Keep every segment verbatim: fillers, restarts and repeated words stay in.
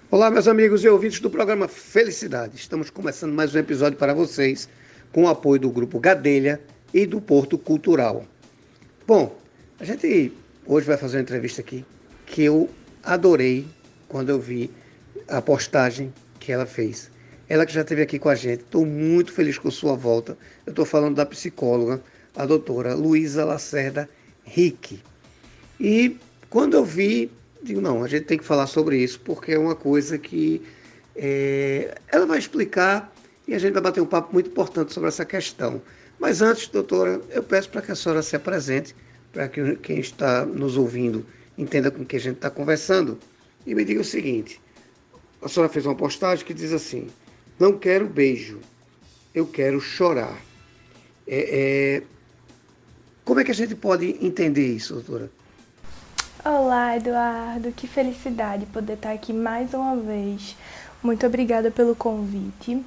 Olá, meus amigos e ouvintes do programa Felicidade. Estamos começando mais um episódio para vocês com o apoio do Grupo Gadelha e do Porto Cultural. Bom, a gente hoje vai fazer uma entrevista aqui que eu adorei quando eu vi a postagem que ela fez. Ela que já esteve aqui com a gente, estou muito feliz com sua volta. Eu estou falando da psicóloga, a doutora Luísa Lacerda Rick. E quando eu vi, digo, não, a gente tem que falar sobre isso, porque é uma coisa que é, ela vai explicar e a gente vai bater um papo muito importante sobre essa questão. Mas antes, doutora, eu peço para que a senhora se apresente, para que quem está nos ouvindo entenda com que a gente está conversando, e me diga o seguinte: a senhora fez uma postagem que diz assim: não quero beijo, eu quero chorar. É, é, como é que a gente pode entender isso, doutora? Olá, Eduardo, que felicidade poder estar aqui mais uma vez. Muito obrigada pelo convite.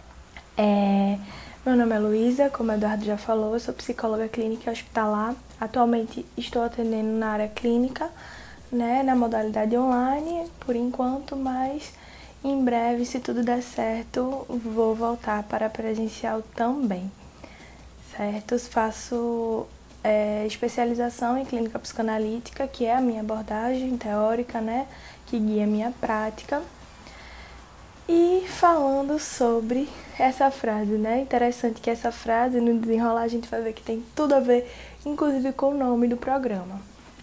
É, meu nome é Luísa, como o Eduardo já falou, eu sou psicóloga clínica e hospitalar. Atualmente estou atendendo na área clínica, né, na modalidade online, por enquanto, mas em breve, se tudo der certo, vou voltar para presencial também, certo? Faço É, especialização em clínica psicanalítica, que é a minha abordagem teórica, né, que guia a minha prática. E falando sobre essa frase, né, interessante que essa frase, no desenrolar, a gente vai ver que tem tudo a ver, inclusive com o nome do programa.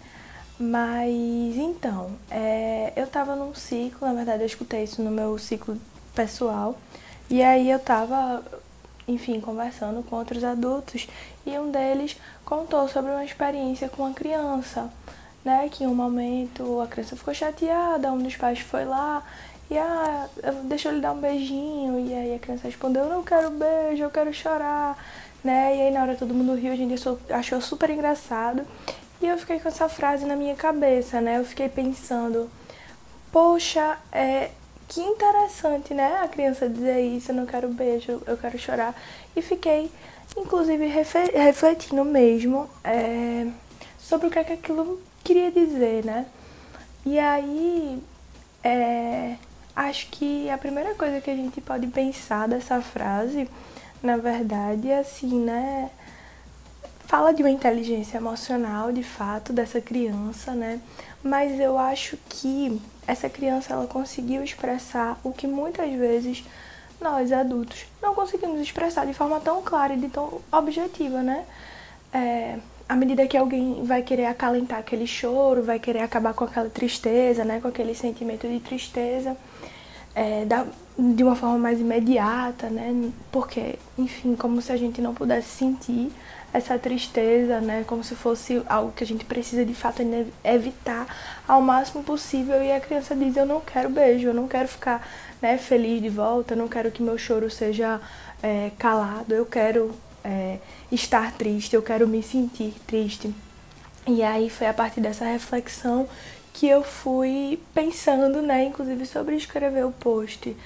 Mas, então, é, eu tava num ciclo, na verdade eu escutei isso no meu ciclo pessoal, e aí eu tava, enfim, conversando com outros adultos, e um deles contou sobre uma experiência com uma criança, né, que em um momento a criança ficou chateada, um dos pais foi lá e ah, deixou ele dar um beijinho, e aí a criança respondeu: eu não quero beijo, eu quero chorar, né, e aí na hora todo mundo riu, a gente achou super engraçado, e eu fiquei com essa frase na minha cabeça, né, eu fiquei pensando, poxa, é... que interessante, né? A criança dizer isso: eu não quero beijo, eu quero chorar. E fiquei, inclusive, refletindo mesmo é, sobre o que, é que aquilo queria dizer, né? E aí, é, acho que a primeira coisa que a gente pode pensar dessa frase, na verdade, é assim, né? Fala de uma inteligência emocional, de fato, dessa criança, né? Mas eu acho que essa criança, ela conseguiu expressar o que muitas vezes nós, adultos, não conseguimos expressar de forma tão clara e de tão objetiva, né? É, à medida que alguém vai querer acalentar aquele choro, vai querer acabar com aquela tristeza, né? Com aquele sentimento de tristeza, é, da, de uma forma mais imediata, né? Porque, enfim, como se a gente não pudesse sentir essa tristeza, né, como se fosse algo que a gente precisa de fato evitar ao máximo possível, e a criança diz: eu não quero beijo, eu não quero ficar, né, feliz de volta, eu não quero que meu choro seja é, calado, eu quero é, estar triste, eu quero me sentir triste. E aí foi a partir dessa reflexão que eu fui pensando, né, inclusive sobre escrever o post.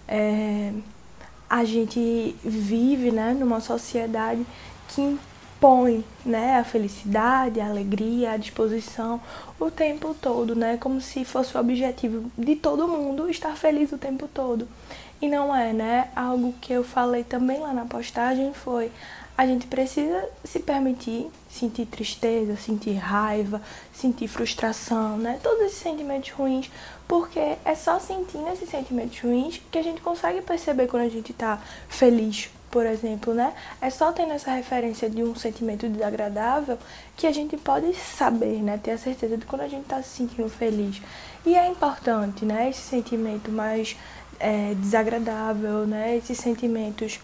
É, a gente vive, né, numa sociedade que põe, né, a felicidade, a alegria, a disposição o tempo todo, né, como se fosse o objetivo de todo mundo estar feliz o tempo todo. E não é, né? Algo que eu falei também lá na postagem foi: a gente precisa se permitir sentir tristeza, sentir raiva, sentir frustração, né? Todos esses sentimentos ruins, porque é só sentindo esses sentimentos ruins que a gente consegue perceber quando a gente tá feliz, por exemplo, né? É só tendo essa referência de um sentimento desagradável que a gente pode saber, né? Ter a certeza de quando a gente tá se sentindo feliz. E é importante, né? Esse sentimento mais é, desagradável, né? Esses sentimentos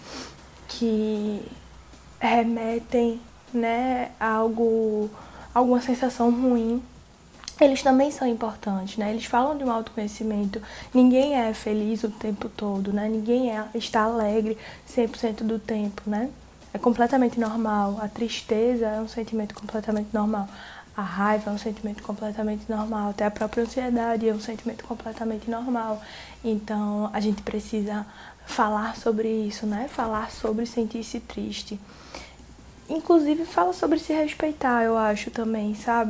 que remetem, né, a algo, alguma sensação ruim, eles também são importantes, né? Eles falam de um autoconhecimento. Ninguém é feliz o tempo todo, né? Ninguém é, está alegre cem por cento do tempo, né? É completamente normal. A tristeza é um sentimento completamente normal. A raiva é um sentimento completamente normal. Até a própria ansiedade é um sentimento completamente normal. Então, a gente precisa falar sobre isso, né? Falar sobre sentir-se triste. Inclusive, fala sobre se respeitar, eu acho também, sabe?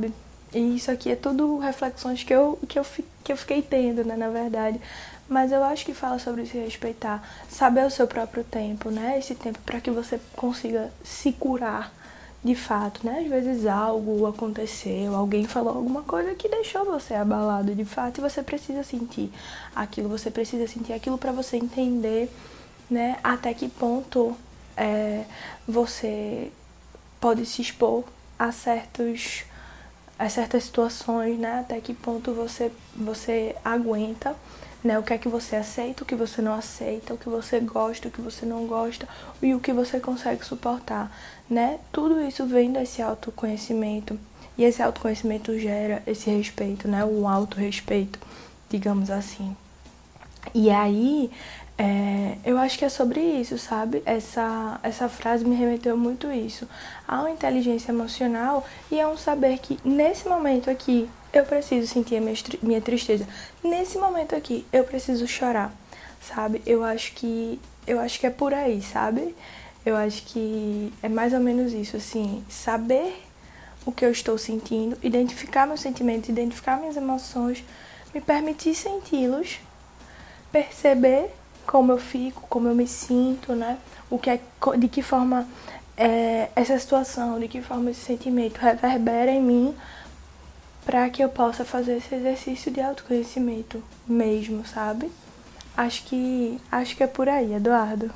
E isso aqui é tudo reflexões que eu, que eu, que eu fiquei tendo, né, na verdade. Mas eu acho que fala sobre se respeitar, saber o seu próprio tempo, né? Esse tempo para que você consiga se curar de fato, né? Às vezes algo aconteceu, alguém falou alguma coisa que deixou você abalado de fato e você precisa sentir aquilo, você precisa sentir aquilo para você entender, né? Até que ponto é, você pode se expor a certos a certas situações, né? Até que ponto você você aguenta, né? O que é que você aceita, o que você não aceita, o que você gosta, o que você não gosta e o que você consegue suportar, né? Tudo isso vem desse autoconhecimento e esse autoconhecimento gera esse respeito, né? O autorrespeito, digamos assim. E aí, é, eu acho que é sobre isso, sabe? Essa, essa frase me remeteu muito isso. Há uma inteligência emocional e é um saber que nesse momento aqui eu preciso sentir a minha, minha tristeza. Nesse momento aqui eu preciso chorar, sabe? Eu acho que, eu acho que é por aí, sabe? Eu acho que é mais ou menos isso, assim, saber o que eu estou sentindo, identificar meus sentimentos, identificar minhas emoções, me permitir senti-los, perceber como eu fico, como eu me sinto, né? O que é, de que forma é, essa situação, de que forma esse sentimento reverbera em mim para que eu possa fazer esse exercício de autoconhecimento mesmo, sabe? Acho que, acho que é por aí, Eduardo.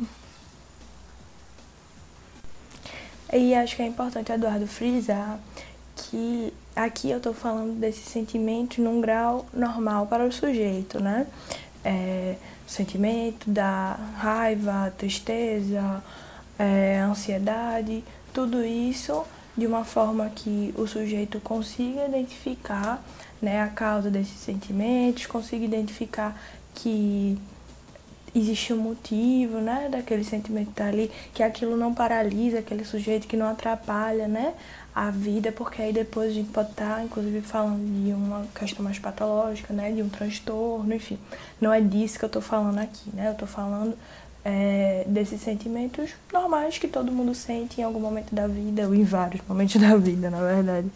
E acho que é importante, Eduardo, frisar que aqui eu tô falando desses sentimentos num grau normal para o sujeito, né? É, o sentimento da raiva, tristeza, é, ansiedade, tudo isso de uma forma que o sujeito consiga identificar, né, a causa desses sentimentos, consiga identificar que existe um motivo, né, daquele sentimento estar ali, que aquilo não paralisa aquele sujeito, que não atrapalha, né, a vida, porque aí depois a gente pode estar, inclusive, falando de uma questão mais patológica, né, de um transtorno, enfim. Não é disso que eu tô falando aqui, né, eu tô falando é, desses sentimentos normais que todo mundo sente em algum momento da vida, ou em vários momentos da vida, na verdade.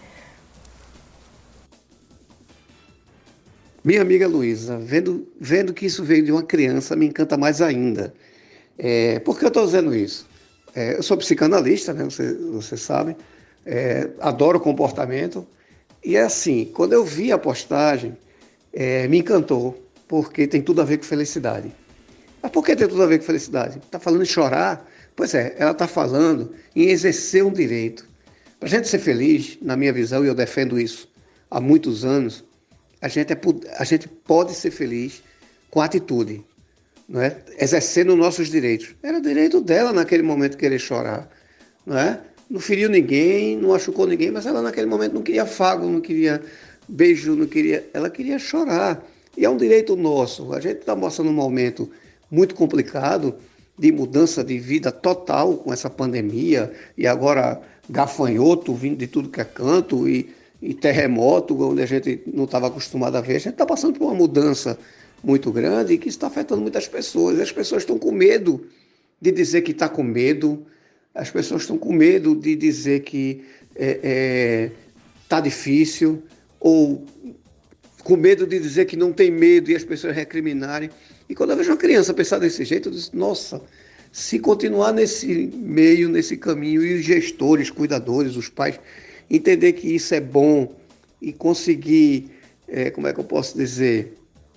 Minha amiga Luísa, vendo, vendo que isso veio de uma criança, me encanta mais ainda. É, por que eu estou dizendo isso? É, eu sou psicanalista, né? Você, você sabe, é, adoro comportamento. E é assim, quando eu vi a postagem, é, me encantou, porque tem tudo a ver com felicidade. Mas por que tem tudo a ver com felicidade? Está falando em chorar? Pois é, ela está falando em exercer um direito. Para a gente ser feliz, na minha visão, e eu defendo isso há muitos anos, a gente, é, a gente pode ser feliz com atitude, não é? Exercendo nossos direitos. Era o direito dela naquele momento querer chorar, não é? Não feriu ninguém, não machucou ninguém, mas ela naquele momento não queria afago, não queria beijo, não queria, ela queria chorar. E é um direito nosso. A gente está mostrando um momento muito complicado de mudança de vida total com essa pandemia e agora gafanhoto vindo de tudo que é canto e, e terremoto, onde a gente não estava acostumado a ver. A gente está passando por uma mudança muito grande e que está afetando muitas pessoas. As pessoas estão com medo de dizer que está com medo, as pessoas estão com medo de dizer que está é, é, tá difícil, ou com medo de dizer que não tem medo e as pessoas recriminarem. E quando eu vejo uma criança pensar desse jeito, eu digo, nossa, se continuar nesse meio, nesse caminho, e os gestores, cuidadores, os pais, entender que isso é bom e conseguir, é, como é que eu posso dizer,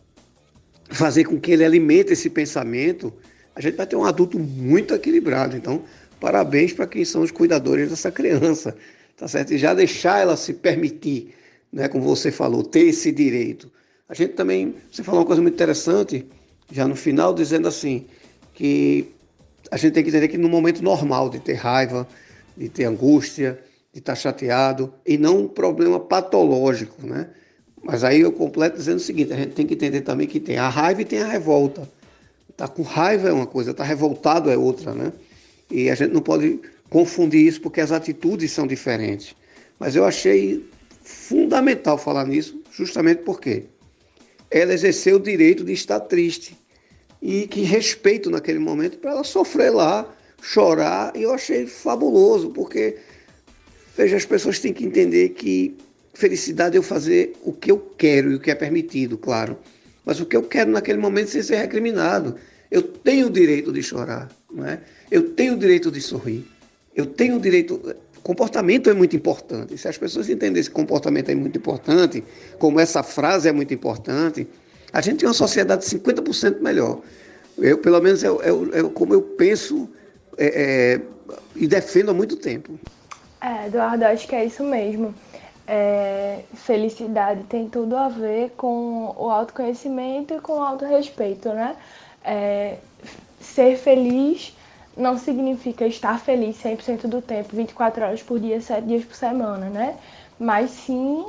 fazer com que ele alimente esse pensamento, a gente vai ter um adulto muito equilibrado. Então, parabéns para quem são os cuidadores dessa criança, tá certo? E já deixar ela se permitir, né, como você falou, ter esse direito. A gente também, você falou uma coisa muito interessante, já no final, dizendo assim, que a gente tem que entender que no momento normal de ter raiva, de ter angústia, de estar chateado, e não um problema patológico, né? Mas aí eu completo dizendo o seguinte, a gente tem que entender também que tem a raiva e tem a revolta. Tá com raiva é uma coisa, tá revoltado é outra, né? E a gente não pode confundir isso porque as atitudes são diferentes. Mas eu achei fundamental falar nisso, justamente porque ela exerceu o direito de estar triste e que respeito naquele momento para ela sofrer lá, chorar, e eu achei fabuloso, porque, veja, as pessoas têm que entender que felicidade é eu fazer o que eu quero e o que é permitido, claro. Mas o que eu quero naquele momento sem ser recriminado. Eu tenho o direito de chorar, não é? Eu tenho o direito de sorrir. Eu tenho o direito... Comportamento é muito importante. Se as pessoas entenderem que comportamento é muito importante, como essa frase é muito importante, a gente tem uma sociedade cinquenta por cento melhor. Eu, pelo menos, é, é, é como eu penso é, é, e defendo há muito tempo. É, Eduardo, acho que é isso mesmo. É, felicidade tem tudo a ver com o autoconhecimento e com o autorrespeito, né? É, ser feliz não significa estar feliz cem por cento do tempo, vinte e quatro horas por dia, sete dias por semana, né? Mas sim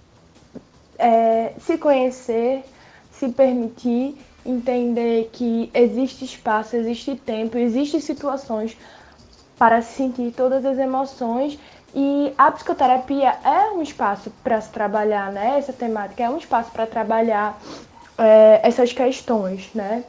é, se conhecer, se permitir, entender que existe espaço, existe tempo, existem situações para sentir todas as emoções. E a psicoterapia é um espaço para se trabalhar, né? Essa temática é um espaço para trabalhar é, essas questões, né?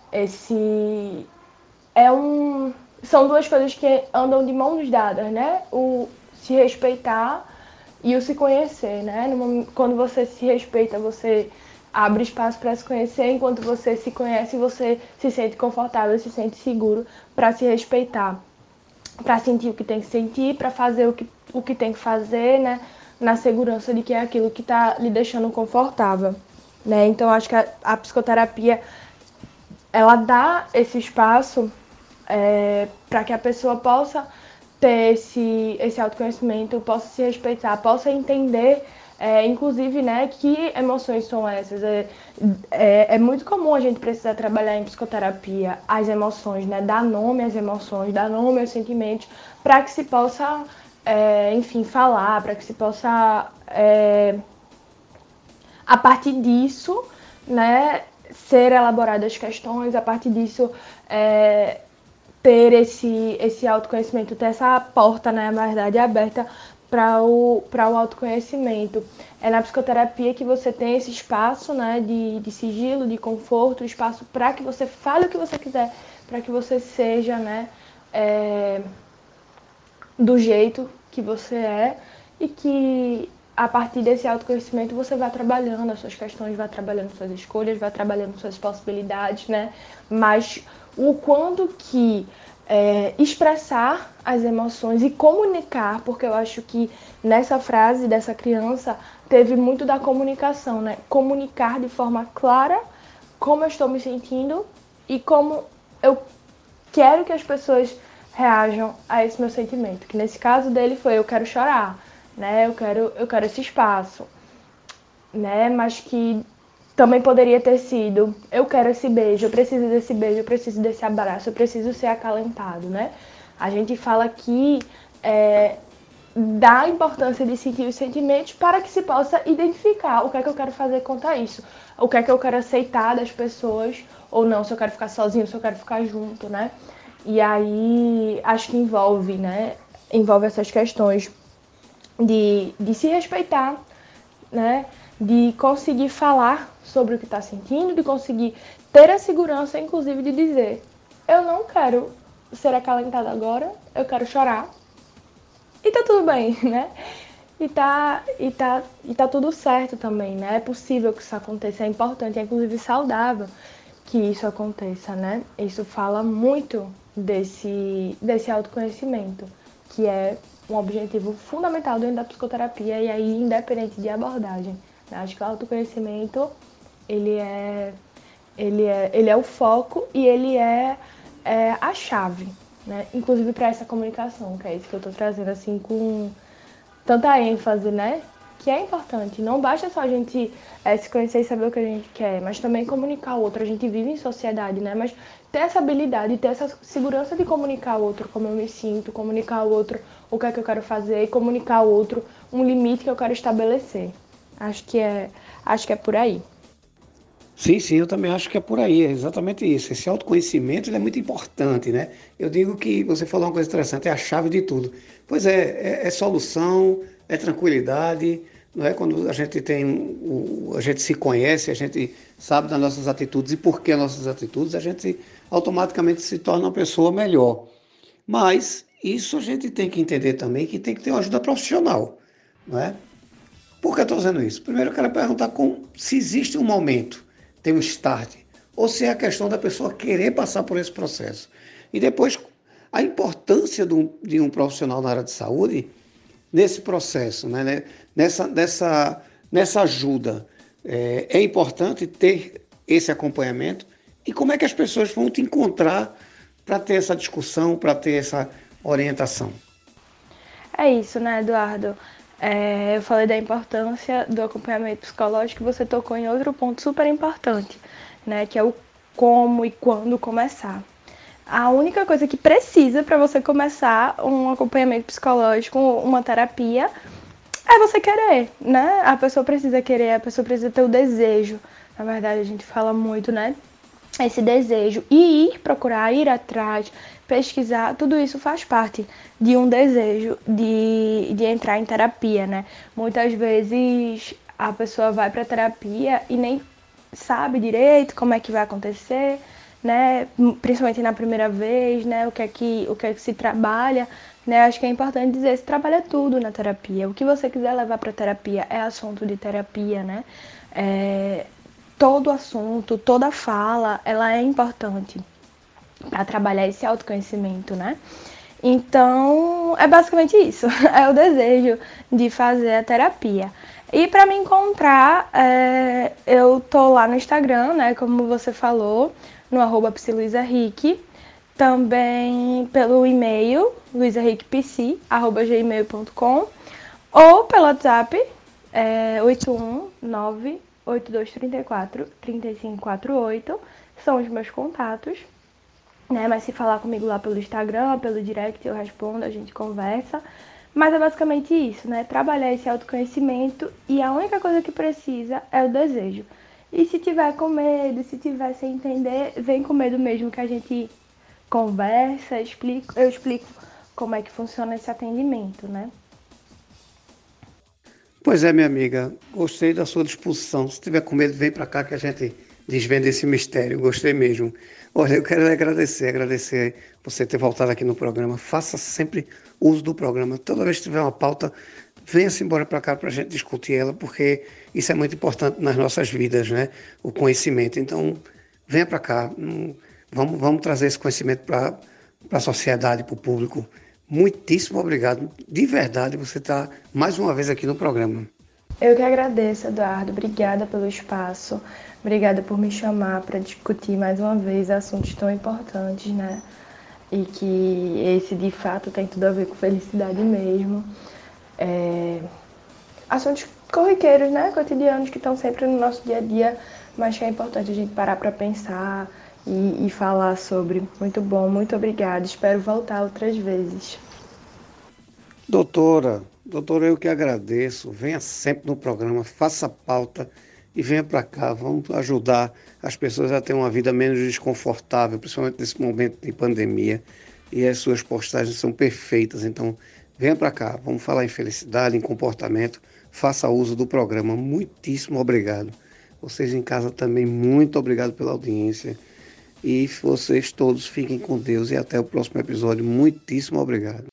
Esse é um, são duas coisas que andam de mãos dadas, né? O se respeitar e o se conhecer, né? No, quando você se respeita, você abre espaço para se conhecer, enquanto você se conhece, você se sente confortável, se sente seguro para se respeitar, para sentir o que tem que sentir, para fazer o que, o que tem que fazer, né? Na segurança de que é aquilo que está lhe deixando confortável, né? Então, acho que a, a psicoterapia, ela dá esse espaço é, para que a pessoa possa ter esse, esse autoconhecimento, possa se respeitar, possa entender, é, inclusive, né, que emoções são essas. É, é, é muito comum a gente precisar trabalhar em psicoterapia as emoções, né, dar nome às emoções, dar nome aos sentimentos, para que se possa, é, enfim, falar, para que se possa, é, a partir disso, né, ser elaboradas questões, a partir disso, é, ter esse, esse autoconhecimento, ter essa porta, né, na verdade, aberta para o, para o autoconhecimento. É na psicoterapia que você tem esse espaço, né, de, de sigilo, de conforto, espaço para que você fale o que você quiser, para que você seja, né, é, do jeito que você é, e que a partir desse autoconhecimento você vai trabalhando as suas questões, vai trabalhando suas escolhas, vai trabalhando suas possibilidades, né? Mas o quanto que é, expressar as emoções e comunicar, porque eu acho que nessa frase dessa criança teve muito da comunicação, né? Comunicar de forma clara como eu estou me sentindo e como eu quero que as pessoas reajam a esse meu sentimento, que nesse caso dele foi eu quero chorar, né? Eu quero, eu quero esse espaço, né? Mas que também poderia ter sido eu quero esse beijo, eu preciso desse beijo, eu preciso desse abraço, eu preciso ser acalentado, né? A gente fala aqui é, da importância de sentir os sentimentos para que se possa identificar o que é que eu quero fazer quanto a isso, o que é que eu quero aceitar das pessoas ou não, se eu quero ficar sozinho, se eu quero ficar junto, né? E aí, acho que envolve, né? Envolve essas questões de, de se respeitar, né? De conseguir falar sobre o que está sentindo, de conseguir ter a segurança, inclusive, de dizer eu não quero ser acalentada agora, eu quero chorar. E tá tudo bem, né? E tá, e tá, e tá tudo certo também, né? É possível que isso aconteça, é importante, é inclusive saudável que isso aconteça, né? Isso fala muito desse, desse autoconhecimento, que é um objetivo fundamental dentro da psicoterapia e aí independente de abordagem. Acho que o autoconhecimento, ele é, ele é, ele é o foco e ele é, é a chave, né? Inclusive para essa comunicação, que é isso que eu estou trazendo assim com tanta ênfase, né? Que é importante. Não basta só a gente é, se conhecer e saber o que a gente quer, mas também comunicar o outro. A gente vive em sociedade, né? Mas ter essa habilidade, ter essa segurança de comunicar ao outro como eu me sinto, comunicar ao outro o que é que eu quero fazer, e comunicar ao outro um limite que eu quero estabelecer. Acho que é, acho que é por aí. Sim, sim, eu também acho que é por aí, é exatamente isso. Esse autoconhecimento ele é muito importante, né? Eu digo que você falou uma coisa interessante, é a chave de tudo. Pois é, é, é solução, é tranquilidade, não é? Quando a gente tem, o, a gente se conhece, a gente sabe das nossas atitudes e por que nossas atitudes, a gente automaticamente se torna uma pessoa melhor. Mas isso a gente tem que entender também que tem que ter uma ajuda profissional, não é? Por que eu estou dizendo isso? Primeiro eu quero perguntar com, se existe um momento, tem um start, ou se é a questão da pessoa querer passar por esse processo. E depois, a importância de um, de um profissional na área de saúde nesse processo, né? nessa, nessa, nessa ajuda. É, é importante ter esse acompanhamento e como é que as pessoas vão te encontrar para ter essa discussão, para ter essa orientação. É isso, né, Eduardo? É, eu falei da importância do acompanhamento psicológico, você tocou em outro ponto super importante, né, que é o como e quando começar. A única coisa que precisa para você começar um acompanhamento psicológico, uma terapia, é você querer, né? A pessoa precisa querer, a pessoa precisa ter o desejo. Na verdade, a gente fala muito, né? Esse desejo. E ir procurar, ir atrás, pesquisar, tudo isso faz parte de um desejo de, de entrar em terapia, né? Muitas vezes a pessoa vai para terapia e nem sabe direito como é que vai acontecer, né? Principalmente na primeira vez, né? O que é que, o que é que se trabalha. Né, acho que é importante dizer, se trabalha tudo na terapia. O que você quiser levar para terapia é assunto de terapia, né? É, todo assunto, toda fala, ela é importante para trabalhar esse autoconhecimento, né? Então, é basicamente isso. É o desejo de fazer a terapia. E para me encontrar, é, eu tô lá no Instagram, né? Como você falou, no arroba psiluisahenrique. Também pelo e-mail, luisahenriquepc, arroba gmail ponto com, ou pelo WhatsApp, é, oito um nove, oito dois três quatro, três cinco quatro oito, são os meus contatos, né? Mas se falar comigo lá pelo Instagram, pelo direct, eu respondo, a gente conversa. Mas é basicamente isso, né? Trabalhar esse autoconhecimento e a única coisa que precisa é o desejo. E se tiver com medo, se tiver sem entender, vem com medo mesmo que a gente conversa, explico, eu explico como é que funciona esse atendimento, né? Pois é, minha amiga, gostei da sua disposição. Se tiver com medo, vem para cá que a gente desvenda esse mistério. Gostei mesmo. Olha, eu quero agradecer, agradecer você ter voltado aqui no programa. Faça sempre uso do programa. Toda vez que tiver uma pauta, venha-se embora para cá para a gente discutir ela, porque isso é muito importante nas nossas vidas, né? O conhecimento. Então, venha para cá. Vamos, vamos trazer esse conhecimento para a sociedade, para o público. Muitíssimo obrigado. De verdade, você está mais uma vez aqui no programa. Eu que agradeço, Eduardo. Obrigada pelo espaço. Obrigada por me chamar para discutir mais uma vez assuntos tão importantes, né? E que esse, de fato, tem tudo a ver com felicidade mesmo. É... Assuntos corriqueiros, né? Cotidianos que estão sempre no nosso dia a dia, mas que é importante a gente parar para pensar e, e falar sobre. Muito bom, muito obrigada. Espero voltar outras vezes. Doutora, doutora, eu que agradeço. Venha sempre no programa, faça pauta e venha para cá. Vamos ajudar as pessoas a ter uma vida menos desconfortável, principalmente nesse momento de pandemia. E as suas postagens são perfeitas. Então, venha para cá. Vamos falar em felicidade, em comportamento. Faça uso do programa. Muitíssimo obrigado. Vocês em casa também, muito obrigado pela audiência. E vocês todos fiquem com Deus e até o próximo episódio. Muitíssimo obrigado.